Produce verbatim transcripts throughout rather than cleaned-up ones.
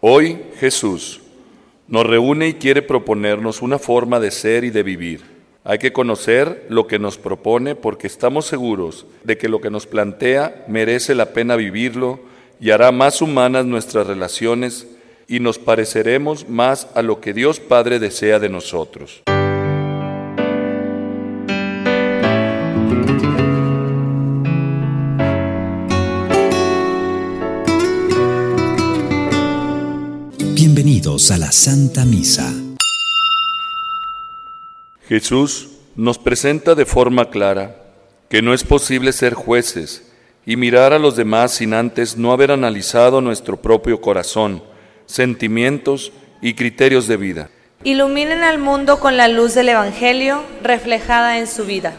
Hoy Jesús nos reúne y quiere proponernos una forma de ser y de vivir. Hay que conocer lo que nos propone porque estamos seguros de que lo que nos plantea merece la pena vivirlo y hará más humanas nuestras relaciones y nos pareceremos más a lo que Dios Padre desea de nosotros. Bienvenidos a la Santa Misa. Jesús nos presenta de forma clara que no es posible ser jueces y mirar a los demás sin antes no haber analizado nuestro propio corazón, sentimientos y criterios de vida. Iluminen al mundo con la luz del Evangelio reflejada en su vida.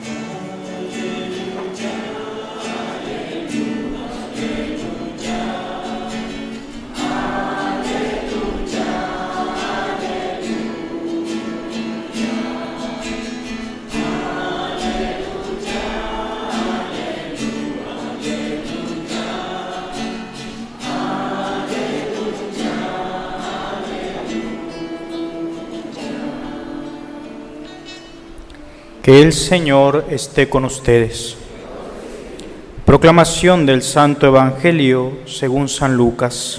Que el Señor esté con ustedes. Proclamación del Santo Evangelio según San Lucas.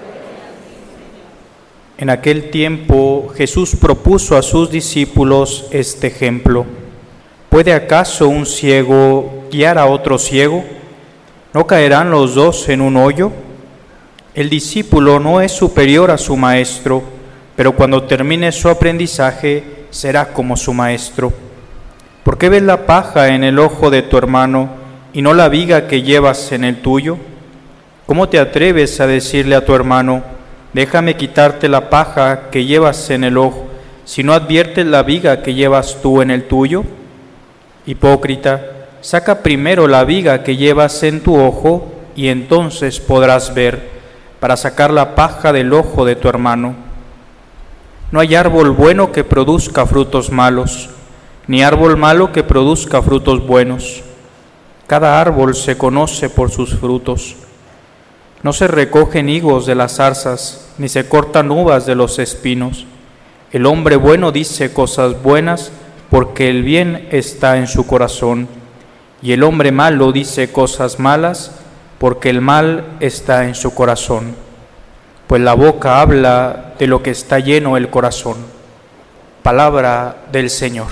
En aquel tiempo Jesús propuso a sus discípulos este ejemplo. ¿Puede acaso un ciego guiar a otro ciego? ¿No caerán los dos en un hoyo? El discípulo no es superior a su maestro, pero cuando termine su aprendizaje será como su maestro. ¿Por qué ves la paja en el ojo de tu hermano y no la viga que llevas en el tuyo? ¿Cómo te atreves a decirle a tu hermano, déjame quitarte la paja que llevas en el ojo, si no adviertes la viga que llevas tú en el tuyo? Hipócrita, saca primero la viga que llevas en tu ojo y entonces podrás ver, para sacar la paja del ojo de tu hermano. No hay árbol bueno que produzca frutos malos, ni árbol malo que produzca frutos buenos. Cada árbol se conoce por sus frutos. No se recogen higos de las zarzas, ni se cortan uvas de los espinos. El hombre bueno dice cosas buenas, porque el bien está en su corazón. Y el hombre malo dice cosas malas, porque el mal está en su corazón. Pues la boca habla de lo que está lleno el corazón. Palabra del Señor.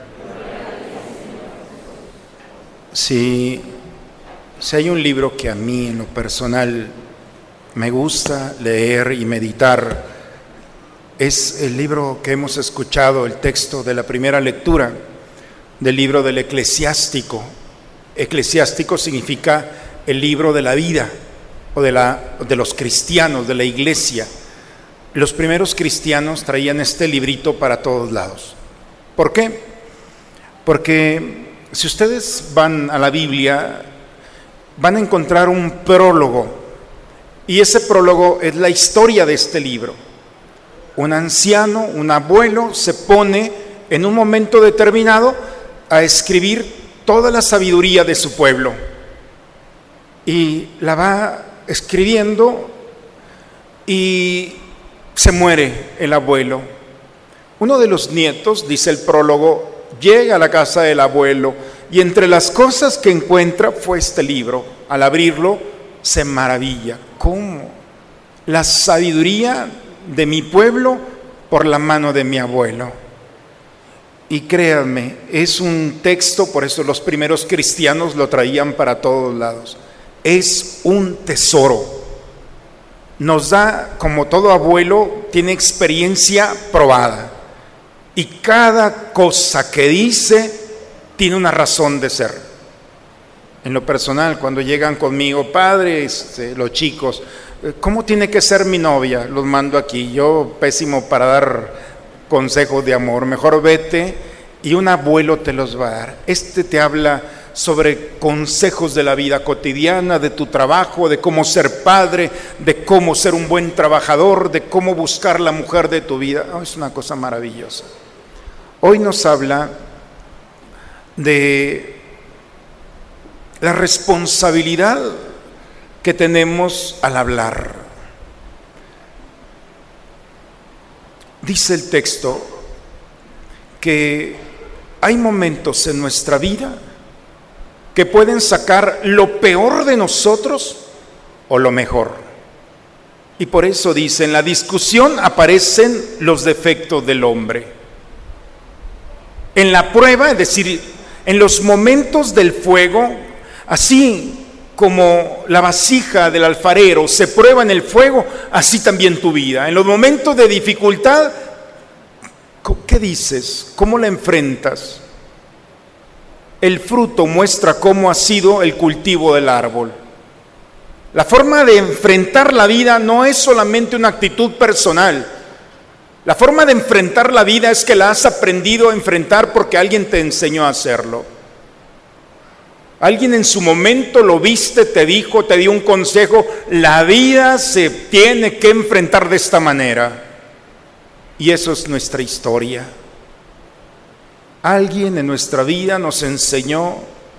Si, si hay un libro que a mí en lo personal me gusta leer y meditar, es el libro que hemos escuchado, el texto de la primera lectura del libro del Eclesiástico. Eclesiástico significa el libro de la vida o de, la, de los cristianos, de la iglesia. Los primeros cristianos traían este librito para todos lados. ¿Por qué? Porque si ustedes van a la Biblia, van a encontrar un prólogo, y ese prólogo es la historia de este libro. Un anciano, un abuelo, se pone en un momento determinado a escribir toda la sabiduría de su pueblo, y la va escribiendo, y se muere el abuelo. Uno de los nietos, dice el prólogo, llega a la casa del abuelo y entre las cosas que encuentra fue este libro. Al abrirlo se maravilla. ¿Cómo? La sabiduría de mi pueblo por la mano de mi abuelo. Y créanme, es un texto, por eso los primeros cristianos lo traían para todos lados. Es un tesoro. Nos da, como todo abuelo, tiene experiencia probada. Y cada cosa que dice tiene una razón de ser. En lo personal, cuando llegan conmigo, padre, este, los chicos, ¿cómo tiene que ser mi novia? Los mando aquí. Yo pésimo para dar consejos de amor. Mejor vete y un abuelo te los va a dar. Este te habla sobre consejos de la vida cotidiana, de tu trabajo, de cómo ser padre, de cómo ser un buen trabajador, de cómo buscar la mujer de tu vida. Oh, es una cosa maravillosa. Hoy nos habla de la responsabilidad que tenemos al hablar. Dice el texto que hay momentos en nuestra vida que pueden sacar lo peor de nosotros o lo mejor. Y por eso dice, en la discusión aparecen los defectos del hombre. En la prueba, es decir, en los momentos del fuego, así como la vasija del alfarero se prueba en el fuego, así también tu vida. En los momentos de dificultad, ¿qué dices? ¿Cómo la enfrentas? El fruto muestra cómo ha sido el cultivo del árbol. La forma de enfrentar la vida no es solamente una actitud personal. La forma de enfrentar la vida es que la has aprendido a enfrentar porque alguien te enseñó a hacerlo. Alguien en su momento lo viste, te dijo, te dio un consejo. La vida se tiene que enfrentar de esta manera. Y eso es nuestra historia. Alguien en nuestra vida nos enseñó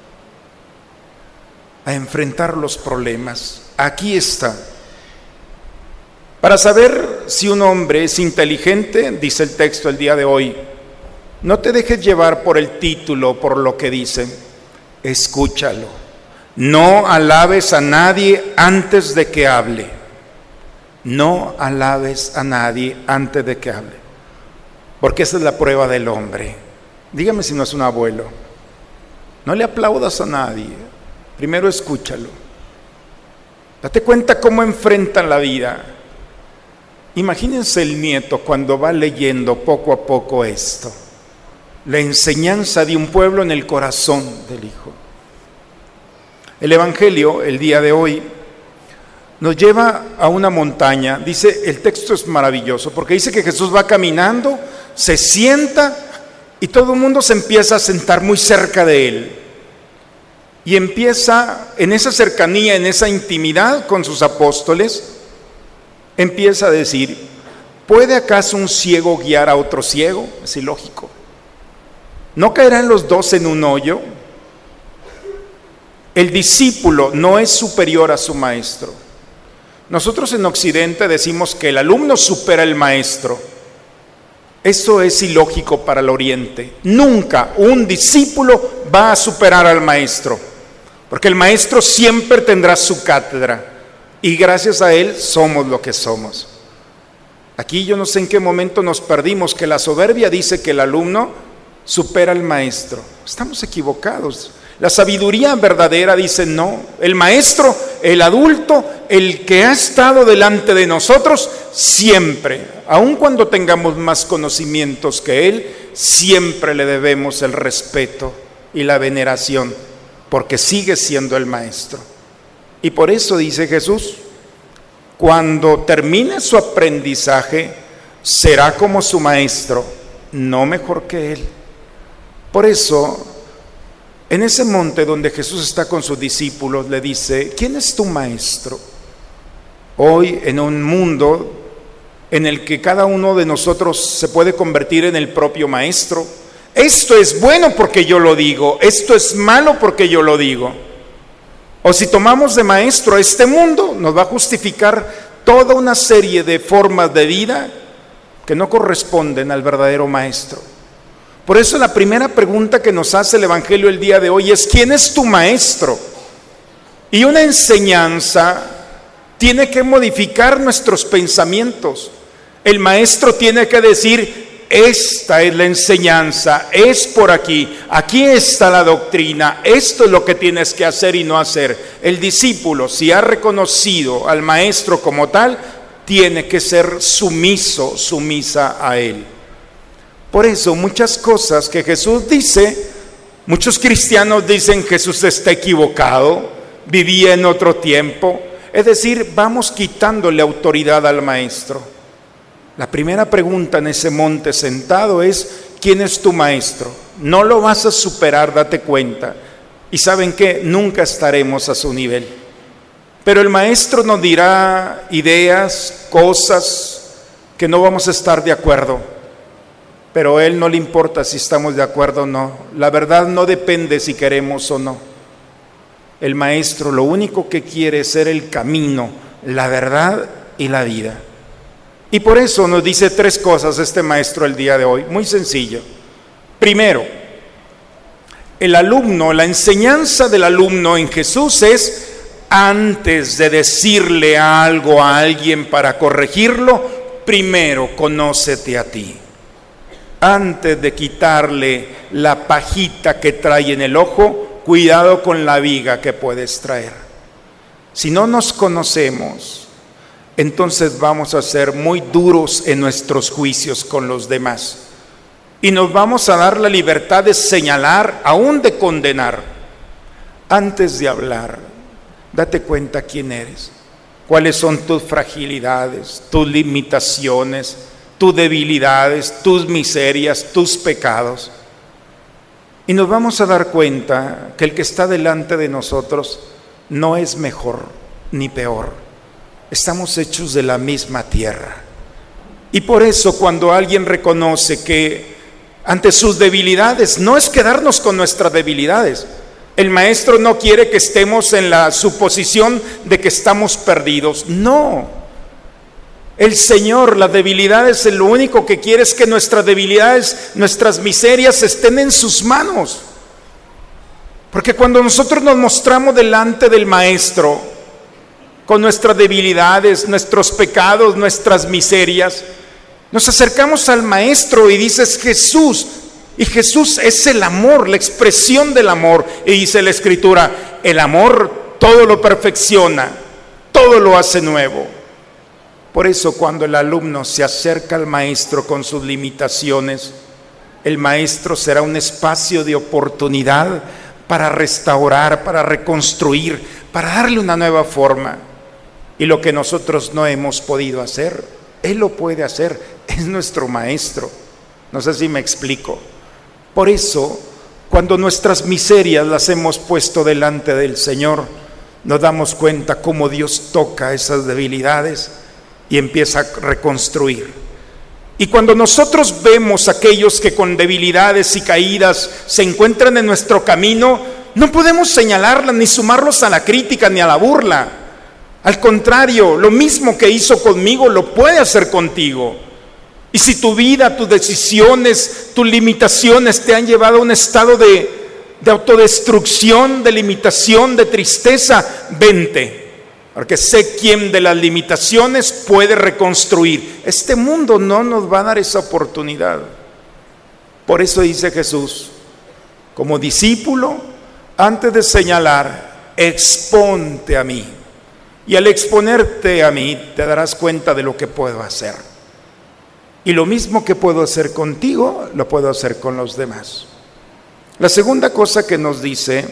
a enfrentar los problemas. Aquí está. Para saber si un hombre es inteligente, dice el texto el día de hoy, no te dejes llevar por el título, por lo que dice. Escúchalo. No alabes a nadie antes de que hable. No alabes a nadie antes de que hable. Porque esa es la prueba del hombre. Dígame si no es un abuelo. No le aplaudas a nadie. Primero escúchalo. Date cuenta cómo enfrentan la vida. Imagínense el nieto cuando va leyendo poco a poco esto. La enseñanza de un pueblo en el corazón del Hijo. El Evangelio, el día de hoy, nos lleva a una montaña. Dice, el texto es maravilloso, porque dice que Jesús va caminando, se sienta y todo el mundo se empieza a sentar muy cerca de Él. Y empieza en esa cercanía, en esa intimidad con sus apóstoles, empieza a decir, ¿puede acaso un ciego guiar a otro ciego? Es ilógico. ¿No caerán los dos en un hoyo? El discípulo no es superior a su maestro. Nosotros en Occidente decimos que el alumno supera al maestro. Eso es ilógico para el Oriente. Nunca un discípulo va a superar al maestro, porque el maestro siempre tendrá su cátedra y gracias a él somos lo que somos. Aquí yo no sé en qué momento nos perdimos, que la soberbia dice que el alumno supera al maestro. Estamos equivocados. La sabiduría verdadera dice no, el maestro, el adulto, el que ha estado delante de nosotros, siempre, aun cuando tengamos más conocimientos que él, siempre le debemos el respeto y la veneración, porque sigue siendo el maestro. Y por eso dice Jesús, cuando termine su aprendizaje, será como su maestro, no mejor que él. Por eso, en ese monte donde Jesús está con sus discípulos, le dice, ¿quién es tu maestro? Hoy, en un mundo en el que cada uno de nosotros se puede convertir en el propio maestro, esto es bueno porque yo lo digo, esto es malo porque yo lo digo. O si tomamos de maestro a este mundo, nos va a justificar toda una serie de formas de vida que no corresponden al verdadero maestro. Por eso la primera pregunta que nos hace el Evangelio el día de hoy es, ¿quién es tu maestro? Y una enseñanza tiene que modificar nuestros pensamientos. El maestro tiene que decir, esta es la enseñanza, es por aquí, aquí está la doctrina, esto es lo que tienes que hacer y no hacer. El discípulo, si ha reconocido al maestro como tal, tiene que ser sumiso, sumisa a él. Por eso muchas cosas que Jesús dice, muchos cristianos dicen Jesús está equivocado, vivía en otro tiempo. Es decir, vamos quitándole autoridad al maestro. La primera pregunta en ese monte sentado es, ¿quién es tu maestro? No lo vas a superar, date cuenta. Y ¿saben qué? Nunca estaremos a su nivel. Pero el maestro nos dirá ideas, cosas que no vamos a estar de acuerdo. Pero a él no le importa si estamos de acuerdo o no. La verdad no depende si queremos o no. El maestro lo único que quiere es ser el camino, la verdad y la vida. Y por eso nos dice tres cosas este maestro el día de hoy, muy sencillo. Primero, el alumno, la enseñanza del alumno en Jesús es, antes de decirle algo a alguien para corregirlo, primero conócete a ti. Antes de quitarle la pajita que trae en el ojo, cuidado con la viga que puedes traer. Si no nos conocemos, entonces vamos a ser muy duros en nuestros juicios con los demás. Y nos vamos a dar la libertad de señalar, aún de condenar. Antes de hablar, date cuenta quién eres, cuáles son tus fragilidades, tus limitaciones, tus debilidades, tus miserias, tus pecados. Y nos vamos a dar cuenta que el que está delante de nosotros no es mejor ni peor. Estamos hechos de la misma tierra. Y por eso cuando alguien reconoce que ante sus debilidades, no es quedarnos con nuestras debilidades. El maestro no quiere que estemos en la suposición de que estamos perdidos. No. El Señor, las debilidades, lo único que quiere es que nuestras debilidades, nuestras miserias estén en sus manos. Porque cuando nosotros nos mostramos delante del Maestro, con nuestras debilidades, nuestros pecados, nuestras miserias, nos acercamos al Maestro y dices Jesús, y Jesús es el amor, la expresión del amor. Y dice la Escritura, el amor todo lo perfecciona, todo lo hace nuevo. Por eso cuando el alumno se acerca al maestro con sus limitaciones, el maestro será un espacio de oportunidad para restaurar, para reconstruir, para darle una nueva forma. Y lo que nosotros no hemos podido hacer, Él lo puede hacer, es nuestro maestro. No sé si me explico. Por eso, cuando nuestras miserias las hemos puesto delante del Señor, nos damos cuenta cómo Dios toca esas debilidades y empieza a reconstruir. Y cuando nosotros vemos a aquellos que con debilidades y caídas se encuentran en nuestro camino, no podemos señalarlas ni sumarlos a la crítica ni a la burla. Al contrario, lo mismo que hizo conmigo lo puede hacer contigo. Y si tu vida, tus decisiones, tus limitaciones te han llevado a un estado de, de autodestrucción, de limitación, de tristeza, vente. Porque sé quién de las limitaciones puede reconstruir. Este mundo no nos va a dar esa oportunidad. Por eso dice Jesús, como discípulo, antes de señalar, exponte a mí. Y al exponerte a mí, te darás cuenta de lo que puedo hacer. Y lo mismo que puedo hacer contigo, lo puedo hacer con los demás. La segunda cosa que nos dice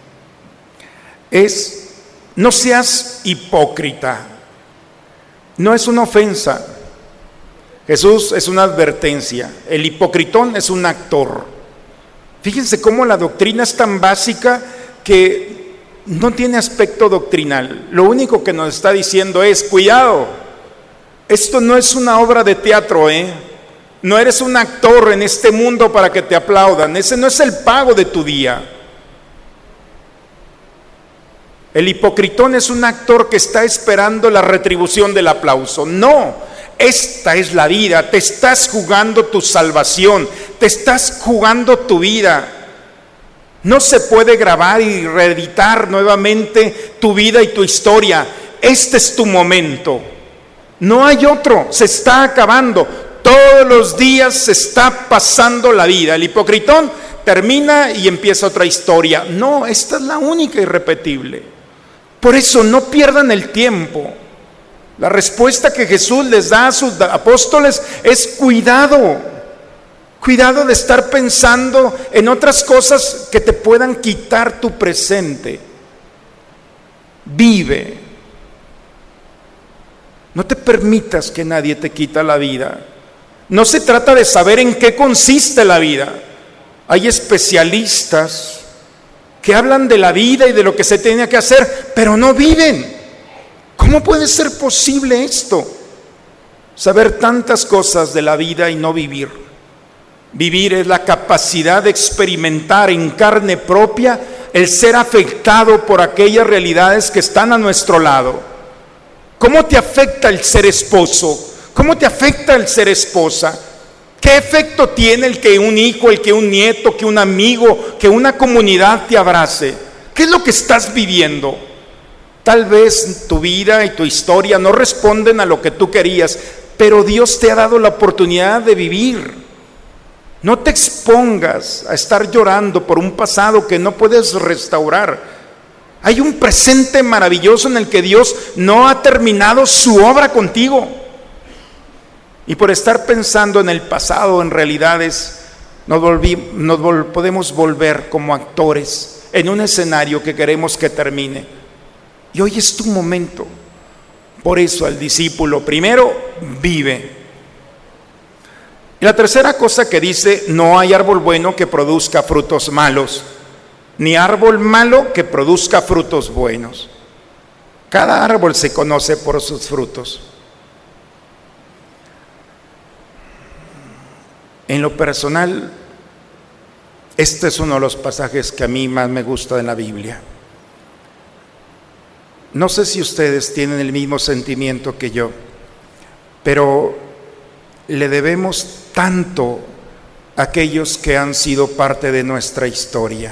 es, no seas hipócrita. No es una ofensa. Jesús es una advertencia. El hipocritón es un actor. Fíjense cómo la doctrina es tan básica que no tiene aspecto doctrinal. Lo único que nos está diciendo es, cuidado, esto no es una obra de teatro, ¿eh? No eres un actor en este mundo para que te aplaudan. Ese no es el pago de tu día. El hipocritón es un actor que está esperando la retribución del aplauso. No, esta es la vida. Te estás jugando tu salvación, te estás jugando tu vida. No se puede grabar y reeditar nuevamente tu vida y tu historia. Este es tu momento. No hay otro, se está acabando. Todos los días se está pasando la vida. El hipocritón termina y empieza otra historia. No, esta es la única irrepetible. Por eso no pierdan el tiempo. La respuesta que Jesús les da a sus apóstoles es cuidado. Cuidado de estar pensando en otras cosas que te puedan quitar tu presente. Vive. No te permitas que nadie te quita la vida. No se trata de saber en qué consiste la vida. Hay especialistas que hablan de la vida y de lo que se tiene que hacer, pero no viven. ¿Cómo puede ser posible esto? Saber tantas cosas de la vida y no vivir. Vivir es la capacidad de experimentar en carne propia el ser afectado por aquellas realidades que están a nuestro lado. ¿Cómo te afecta el ser esposo? ¿Cómo te afecta el ser esposa? ¿Qué efecto tiene el que un hijo, el que un nieto, que un amigo, que una comunidad te abrace? ¿Qué es lo que estás viviendo? Tal vez tu vida y tu historia no responden a lo que tú querías, pero Dios te ha dado la oportunidad de vivir. No te expongas a estar llorando por un pasado que no puedes restaurar. Hay un presente maravilloso en el que Dios no ha terminado su obra contigo. Y por estar pensando en el pasado, en realidades, nos, volví, nos vol, podemos volver como actores en un escenario que queremos que termine. Y hoy es tu momento. Por eso al discípulo, primero, vive. Y la tercera cosa que dice, no hay árbol bueno que produzca frutos malos, ni árbol malo que produzca frutos buenos. Cada árbol se conoce por sus frutos. En lo personal, este es uno de los pasajes que a mí más me gusta de la Biblia. No sé si ustedes tienen el mismo sentimiento que yo, pero le debemos tanto a aquellos que han sido parte de nuestra historia.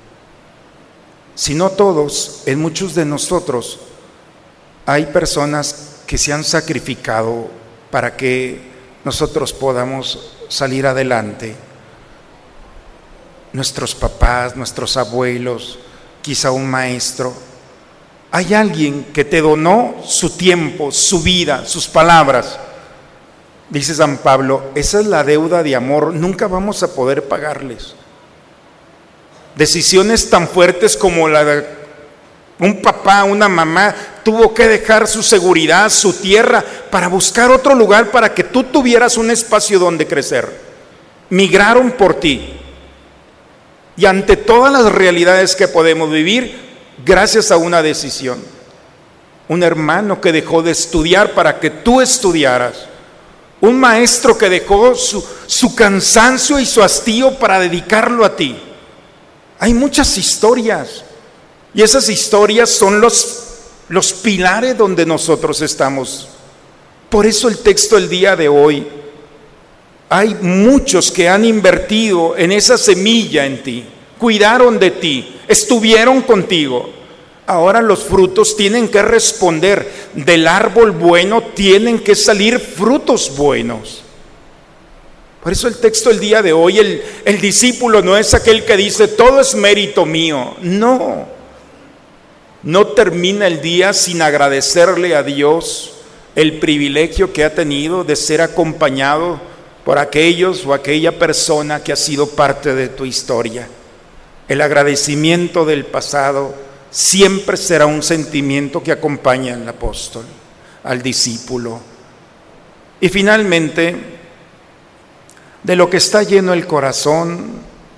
Si no todos, en muchos de nosotros hay personas que se han sacrificado para que nosotros podamos salir adelante. Nuestros papás, nuestros abuelos, quizá un maestro. Hay alguien que te donó su tiempo, su vida, sus palabras. Dice San Pablo, esa es la deuda de amor, nunca vamos a poder pagarles. Decisiones tan fuertes como la de un papá, una mamá, tuvo que dejar su seguridad, su tierra, para buscar otro lugar para que tú tuvieras un espacio donde crecer. Migraron por ti. Y ante todas las realidades que podemos vivir, gracias a una decisión. Un hermano que dejó de estudiar para que tú estudiaras. Un maestro que dejó su, su cansancio y su hastío para dedicarlo a ti. Hay muchas historias. Y esas historias son los, los pilares donde nosotros estamos. Por eso el texto del día de hoy, hay muchos que han invertido en esa semilla en ti, cuidaron de ti, estuvieron contigo. Ahora los frutos tienen que responder. Del árbol bueno tienen que salir frutos buenos. Por eso el texto del día de hoy, el, el discípulo no es aquel que dice, todo es mérito mío. No, no termina el día sin agradecerle a Dios el privilegio que ha tenido de ser acompañado por aquellos o aquella persona que ha sido parte de tu historia. El agradecimiento del pasado siempre será un sentimiento que acompaña al apóstol, al discípulo. Y finalmente, de lo que está lleno el corazón,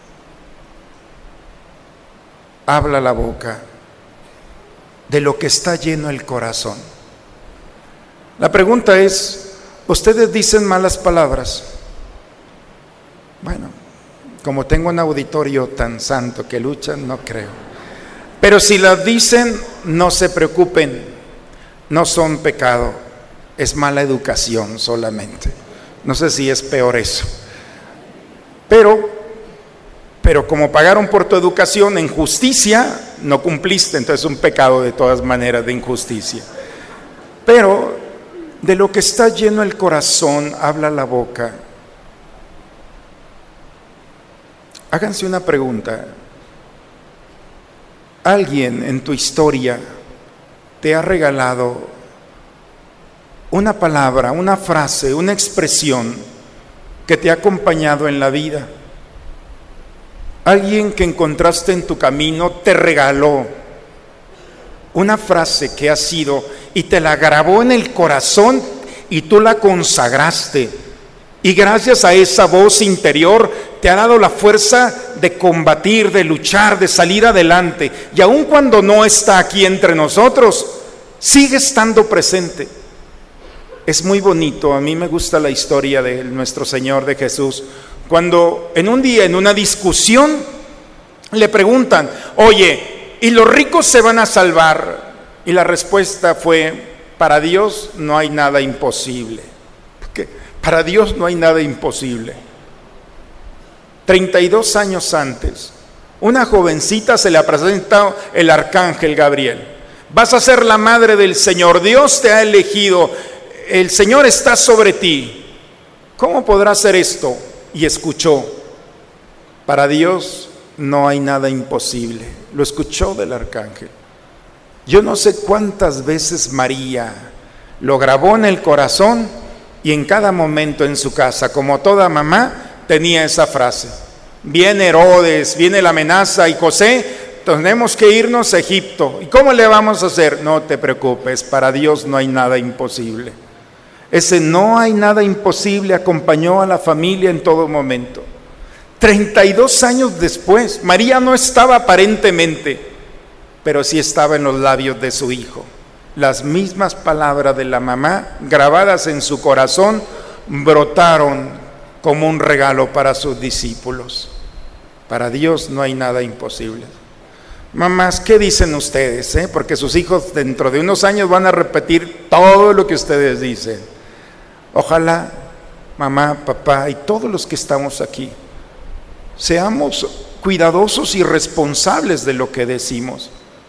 habla la boca. De lo que está lleno el corazón. La pregunta es, ¿ustedes dicen malas palabras? Bueno, como tengo un auditorio tan santo que luchan, no creo. Pero si las dicen, no se preocupen, no son pecado, es mala educación solamente. No sé si es peor eso. Pero, pero como pagaron por tu educación en justicia, no cumpliste, entonces es un pecado de todas maneras de injusticia. Pero de lo que está lleno el corazón, habla la boca. Háganse una pregunta. ¿Alguien en tu historia te ha regalado una palabra, una frase, una expresión que te ha acompañado en la vida? Alguien que encontraste en tu camino te regaló una frase que ha sido y te la grabó en el corazón y tú la consagraste. Y gracias a esa voz interior te ha dado la fuerza de combatir, de luchar, de salir adelante. Y aun cuando no está aquí entre nosotros, sigue estando presente. Es muy bonito, a mí me gusta la historia de nuestro Señor, de Jesús. Cuando en un día, en una discusión, le preguntan, oye, ¿y los ricos se van a salvar? Y la respuesta fue, para Dios no hay nada imposible. que para Dios no hay nada imposible. treinta y dos años antes, una jovencita se le ha presentado el arcángel Gabriel. Vas a ser la madre del Señor, Dios te ha elegido, el Señor está sobre ti. ¿Cómo podrá hacer esto? Y escuchó, para Dios no hay nada imposible. Lo escuchó del arcángel. Yo no sé cuántas veces María lo grabó en el corazón y en cada momento en su casa, como toda mamá, tenía esa frase. Viene Herodes, viene la amenaza y José, tenemos que irnos a Egipto. ¿Y cómo le vamos a hacer? No te preocupes, para Dios no hay nada imposible. Ese no hay nada imposible acompañó a la familia en todo momento. treinta y dos años después, María no estaba aparentemente, pero sí estaba en los labios de su hijo. Las mismas palabras de la mamá, grabadas en su corazón, brotaron como un regalo para sus discípulos. Para Dios no hay nada imposible. Mamás, ¿qué dicen ustedes? Eh? Porque sus hijos dentro de unos años van a repetir todo lo que ustedes dicen. Ojalá, mamá, papá y todos los que estamos aquí, seamos cuidadosos y responsables de lo que decimos.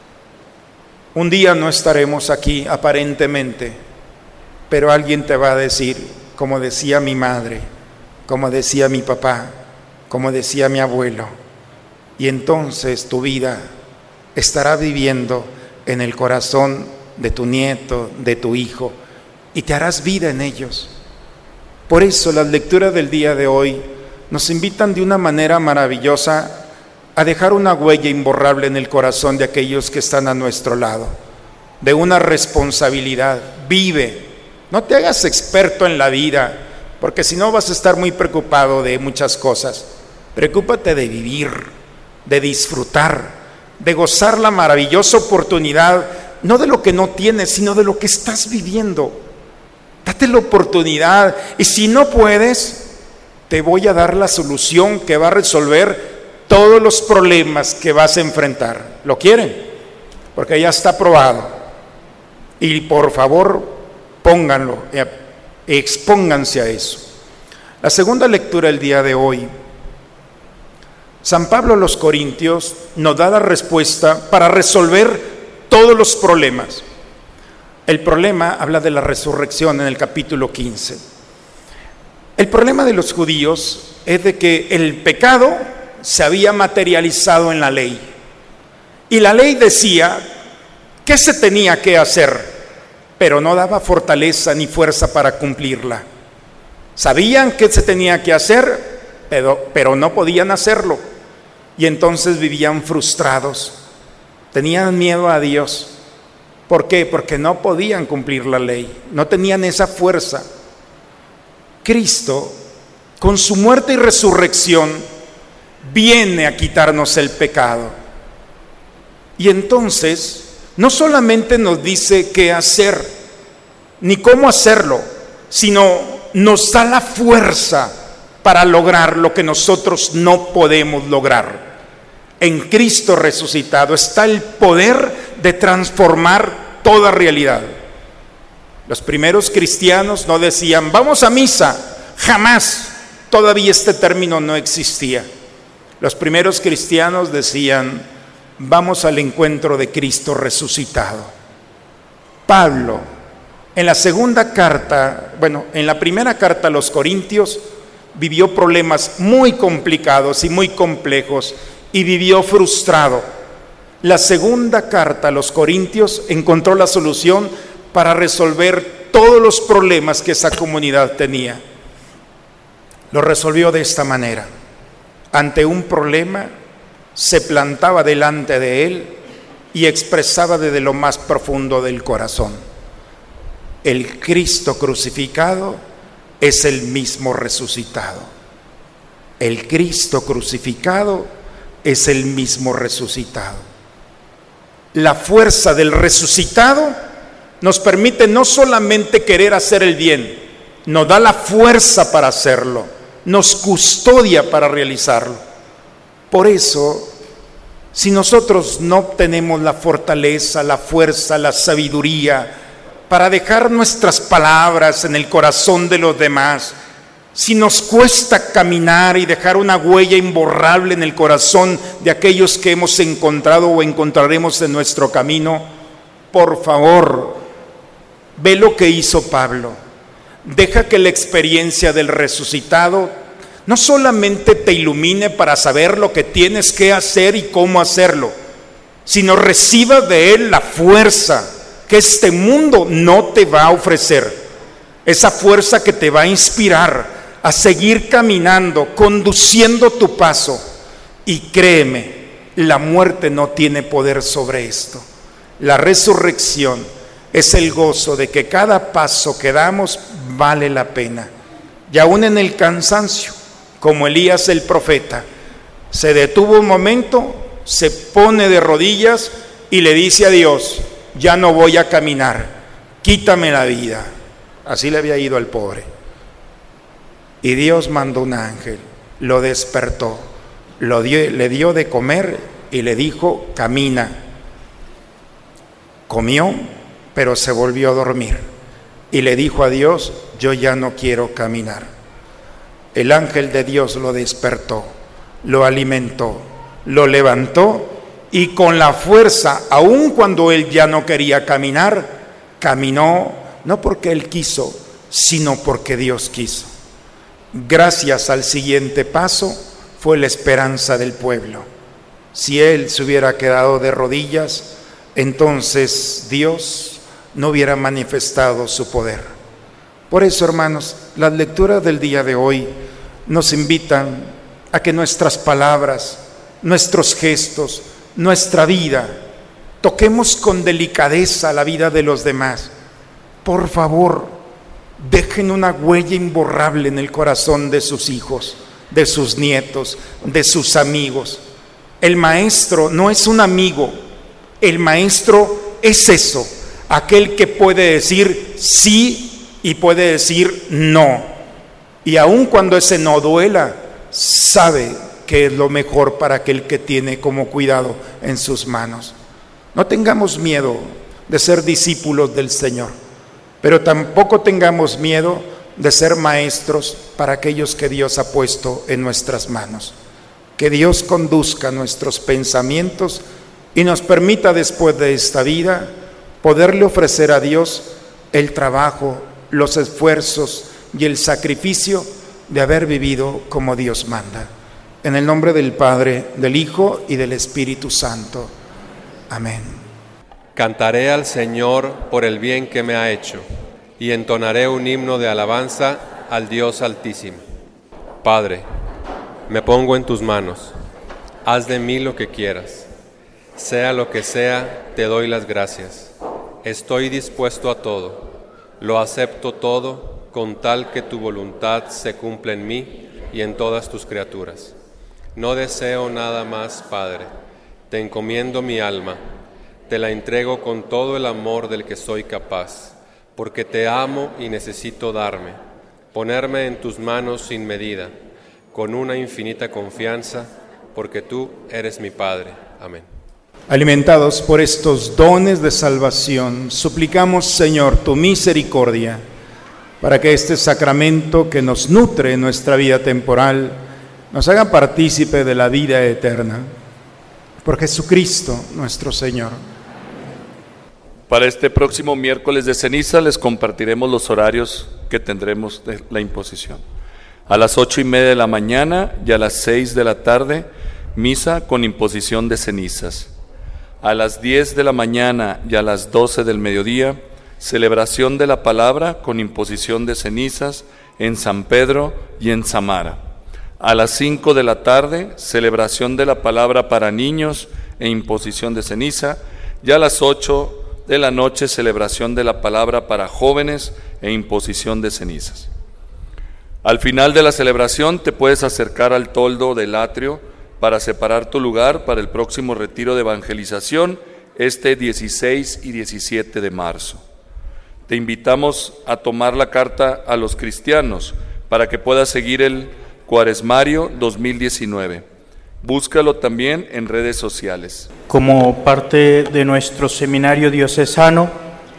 Un día no estaremos aquí aparentemente, pero alguien te va a decir, como decía mi madre, como decía mi papá, como decía mi abuelo, y entonces tu vida estará viviendo en el corazón de tu nieto, de tu hijo, y te harás vida en ellos. Por eso las lecturas del día de hoy nos invitan de una manera maravillosa a dejar una huella imborrable en el corazón de aquellos que están a nuestro lado, de una responsabilidad. Vive, no te hagas experto en la vida, porque si no vas a estar muy preocupado de muchas cosas. Preocúpate de vivir, de disfrutar, de gozar la maravillosa oportunidad, no de lo que no tienes, sino de lo que estás viviendo. Date la oportunidad, y si no puedes, te voy a dar la solución que va a resolver todos los problemas que vas a enfrentar. ¿Lo quieren? Porque ya está aprobado. Y por favor, pónganlo, expónganse a eso. La segunda lectura del día de hoy, San Pablo a los Corintios nos da la respuesta para resolver todos los problemas. El problema habla de la resurrección en el capítulo quince. El problema de los judíos es de que el pecado se había materializado en la ley. Y la ley decía qué se tenía que hacer, pero no daba fortaleza ni fuerza para cumplirla. Sabían qué se tenía que hacer, pero, pero no podían hacerlo. Y entonces vivían frustrados. Tenían miedo a Dios. ¿Por qué? Porque no podían cumplir la ley. No tenían esa fuerza. Cristo, con su muerte y resurrección, viene a quitarnos el pecado. Y entonces, no solamente nos dice qué hacer, ni cómo hacerlo, sino nos da la fuerza para lograr lo que nosotros no podemos lograr. En Cristo resucitado está el poder de transformar toda realidad. Los primeros cristianos no decían, vamos a misa, jamás. Todavía este término no existía. Los primeros cristianos decían, vamos al encuentro de Cristo resucitado. Pablo, en la segunda carta, bueno, en la primera carta a los Corintios, vivió problemas muy complicados y muy complejos y vivió frustrado. La segunda carta a los Corintios encontró la solución para resolver todos los problemas que esa comunidad tenía. Lo resolvió de esta manera. Ante un problema, se plantaba delante de él y expresaba desde lo más profundo del corazón: el Cristo crucificado es el mismo resucitado. El Cristo crucificado es el mismo resucitado. La fuerza del resucitado nos permite no solamente querer hacer el bien, nos da la fuerza para hacerlo, nos custodia para realizarlo. Por eso, si nosotros no tenemos la fortaleza, la fuerza, la sabiduría para dejar nuestras palabras en el corazón de los demás, si nos cuesta caminar y dejar una huella imborrable en el corazón de aquellos que hemos encontrado o encontraremos en nuestro camino, por favor, ve lo que hizo Pablo. Deja que la experiencia del resucitado no solamente te ilumine para saber lo que tienes que hacer y cómo hacerlo, sino reciba de él la fuerza que este mundo no te va a ofrecer. Esa fuerza que te va a inspirar a seguir caminando, conduciendo tu paso. Y créeme, la muerte no tiene poder sobre esto. La resurrección es el gozo de que cada paso que damos vale la pena. Y aún en el cansancio, como Elías el profeta, se detuvo un momento, se pone de rodillas y le dice a Dios: ya no voy a caminar, quítame la vida. Así le había ido al pobre. Y Dios mandó un ángel, lo despertó, lo dio, le dio de comer y le dijo: camina. Comió, pero se volvió a dormir y le dijo a Dios: yo ya no quiero caminar. El ángel de Dios lo despertó, lo alimentó, lo levantó y con la fuerza, aun cuando él ya no quería caminar, caminó, no porque él quiso, sino porque Dios quiso. Gracias al siguiente paso fue la esperanza del pueblo. Si él se hubiera quedado de rodillas, entonces Dios no hubiera manifestado su poder. Por eso, hermanos, las lecturas del día de hoy nos invitan a que nuestras palabras, nuestros gestos, nuestra vida, toquemos con delicadeza la vida de los demás. Por favor, dejen una huella imborrable en el corazón de sus hijos, de sus nietos, de sus amigos. El maestro no es un amigo, el maestro es eso, aquel que puede decir sí y puede decir no. Y aun cuando ese no duela, sabe que es lo mejor para aquel que tiene como cuidado en sus manos. No tengamos miedo de ser discípulos del Señor, pero tampoco tengamos miedo de ser maestros para aquellos que Dios ha puesto en nuestras manos. Que Dios conduzca nuestros pensamientos y nos permita después de esta vida poderle ofrecer a Dios el trabajo, los esfuerzos y el sacrificio de haber vivido como Dios manda. En el nombre del Padre, del Hijo y del Espíritu Santo. Amén. Cantaré al Señor por el bien que me ha hecho, y entonaré un himno de alabanza al Dios Altísimo. Padre, me pongo en tus manos, haz de mí lo que quieras. Sea lo que sea, te doy las gracias. Estoy dispuesto a todo, lo acepto todo, con tal que tu voluntad se cumpla en mí y en todas tus criaturas. No deseo nada más, Padre, te encomiendo mi alma, te la entrego con todo el amor del que soy capaz, porque te amo y necesito darme, ponerme en tus manos sin medida, con una infinita confianza, porque tú eres mi Padre. Amén. Alimentados por estos dones de salvación, suplicamos, Señor, tu misericordia, para que este sacramento que nos nutre en nuestra vida temporal, nos haga partícipe de la vida eterna. Por Jesucristo nuestro Señor. Para este próximo miércoles de ceniza les compartiremos los horarios que tendremos de la imposición. A las ocho y media de la mañana y a las seis de la tarde, misa con imposición de cenizas. A las diez de la mañana y a las doce del mediodía, celebración de la palabra con imposición de cenizas en San Pedro y en Samara. A las cinco de la tarde, celebración de la palabra para niños e imposición de ceniza. Y a las ocho de la noche, celebración de la palabra para jóvenes e imposición de cenizas. Al final de la celebración te puedes acercar al toldo del atrio para separar tu lugar para el próximo retiro de evangelización este dieciséis y diecisiete de marzo. Te invitamos a tomar la carta a los cristianos para que puedas seguir el Cuaresmario dos mil diecinueve. Búscalo también en redes sociales. Como parte de nuestro seminario diocesano,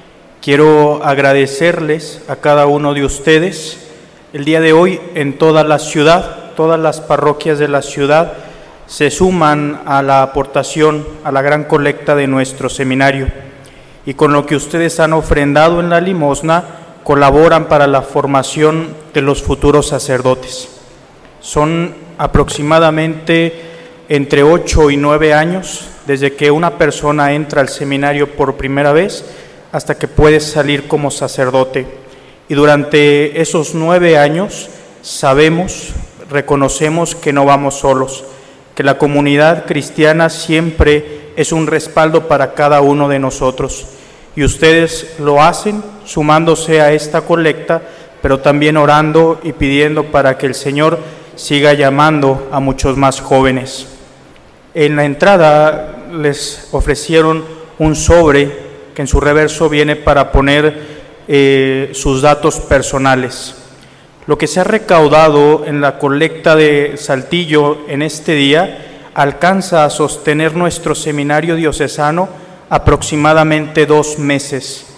Quiero agradecerles a cada uno de ustedes. El día de hoy en toda la ciudad, todas las parroquias de la ciudad se suman a la aportación, a la gran colecta de nuestro seminario. Y con lo que ustedes han ofrendado en la limosna, colaboran para la formación de los futuros sacerdotes. Son aproximadamente entre ocho y nueve años desde que una persona entra al seminario por primera vez hasta que puede salir como sacerdote. Y durante esos nueve años sabemos, reconocemos que no vamos solos, que la comunidad cristiana siempre es un respaldo para cada uno de nosotros. Y ustedes lo hacen sumándose a esta colecta, pero también orando y pidiendo para que el Señor siga llamando a muchos más jóvenes. En la entrada les ofrecieron un sobre que en su reverso viene para poner eh, sus datos personales. Lo que se ha recaudado en la colecta de Saltillo en este día alcanza a sostener nuestro seminario diocesano aproximadamente dos meses.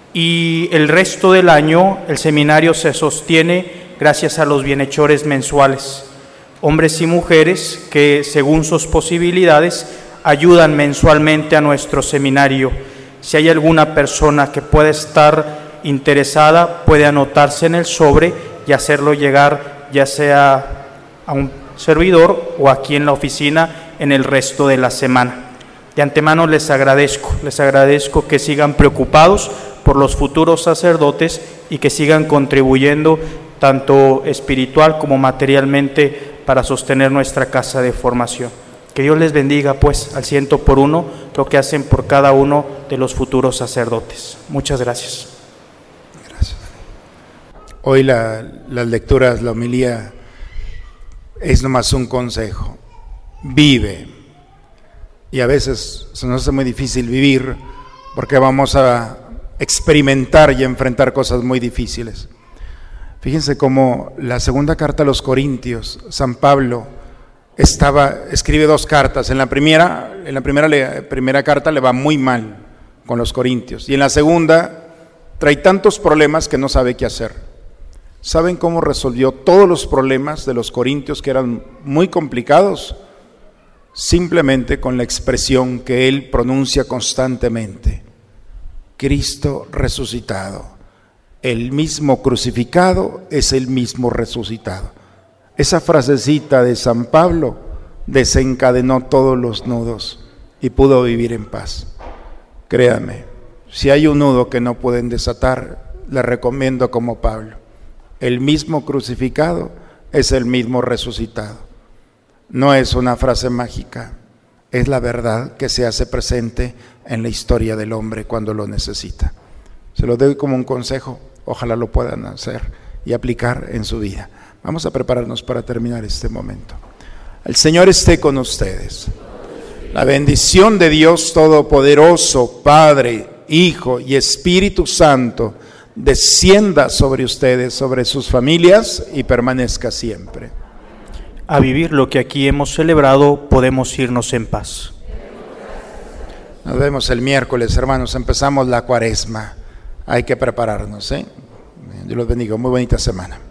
Y el resto del año el seminario se sostiene gracias a los bienhechores mensuales, hombres y mujeres que según sus posibilidades ayudan mensualmente a nuestro seminario. Si hay alguna persona que pueda estar interesada, puede anotarse en el sobre y hacerlo llegar ya sea a un servidor o aquí en la oficina en el resto de la semana. De antemano les agradezco, les agradezco que sigan preocupados por los futuros sacerdotes y que sigan contribuyendo tanto espiritual como materialmente para sostener nuestra casa de formación. Que Dios les bendiga pues al ciento por uno lo que hacen por cada uno de los futuros sacerdotes. Muchas gracias. Gracias. Hoy la, las lecturas, la homilía es nomás un consejo. Vive. Y a veces se nos hace muy difícil vivir porque vamos a experimentar y enfrentar cosas muy difíciles. Fíjense cómo la segunda carta a los Corintios, San Pablo estaba, escribe dos cartas. En la primera, en la primera, le, primera carta le va muy mal con los corintios, y en la segunda trae tantos problemas que no sabe qué hacer. ¿Saben cómo resolvió todos los problemas de los corintios, que eran muy complicados? Simplemente con la expresión que él pronuncia constantemente: Cristo resucitado. El mismo crucificado es el mismo resucitado. Esa frasecita de San Pablo desencadenó todos los nudos y pudo vivir en paz. Créanme, si hay un nudo que no pueden desatar, les recomiendo como Pablo: el mismo crucificado es el mismo resucitado. No es una frase mágica, es la verdad que se hace presente en la historia del hombre cuando lo necesita. Se lo doy como un consejo, ojalá lo puedan hacer y aplicar en su vida. Vamos a prepararnos para terminar este momento. El Señor esté con ustedes. La bendición de Dios Todopoderoso, Padre, Hijo y Espíritu Santo, descienda sobre ustedes, sobre sus familias y permanezca siempre. A vivir lo que aquí hemos celebrado, podemos irnos en paz. Nos vemos el miércoles, hermanos. Empezamos la cuaresma. Hay que prepararnos, ¿eh? Dios los bendiga. Muy bonita semana.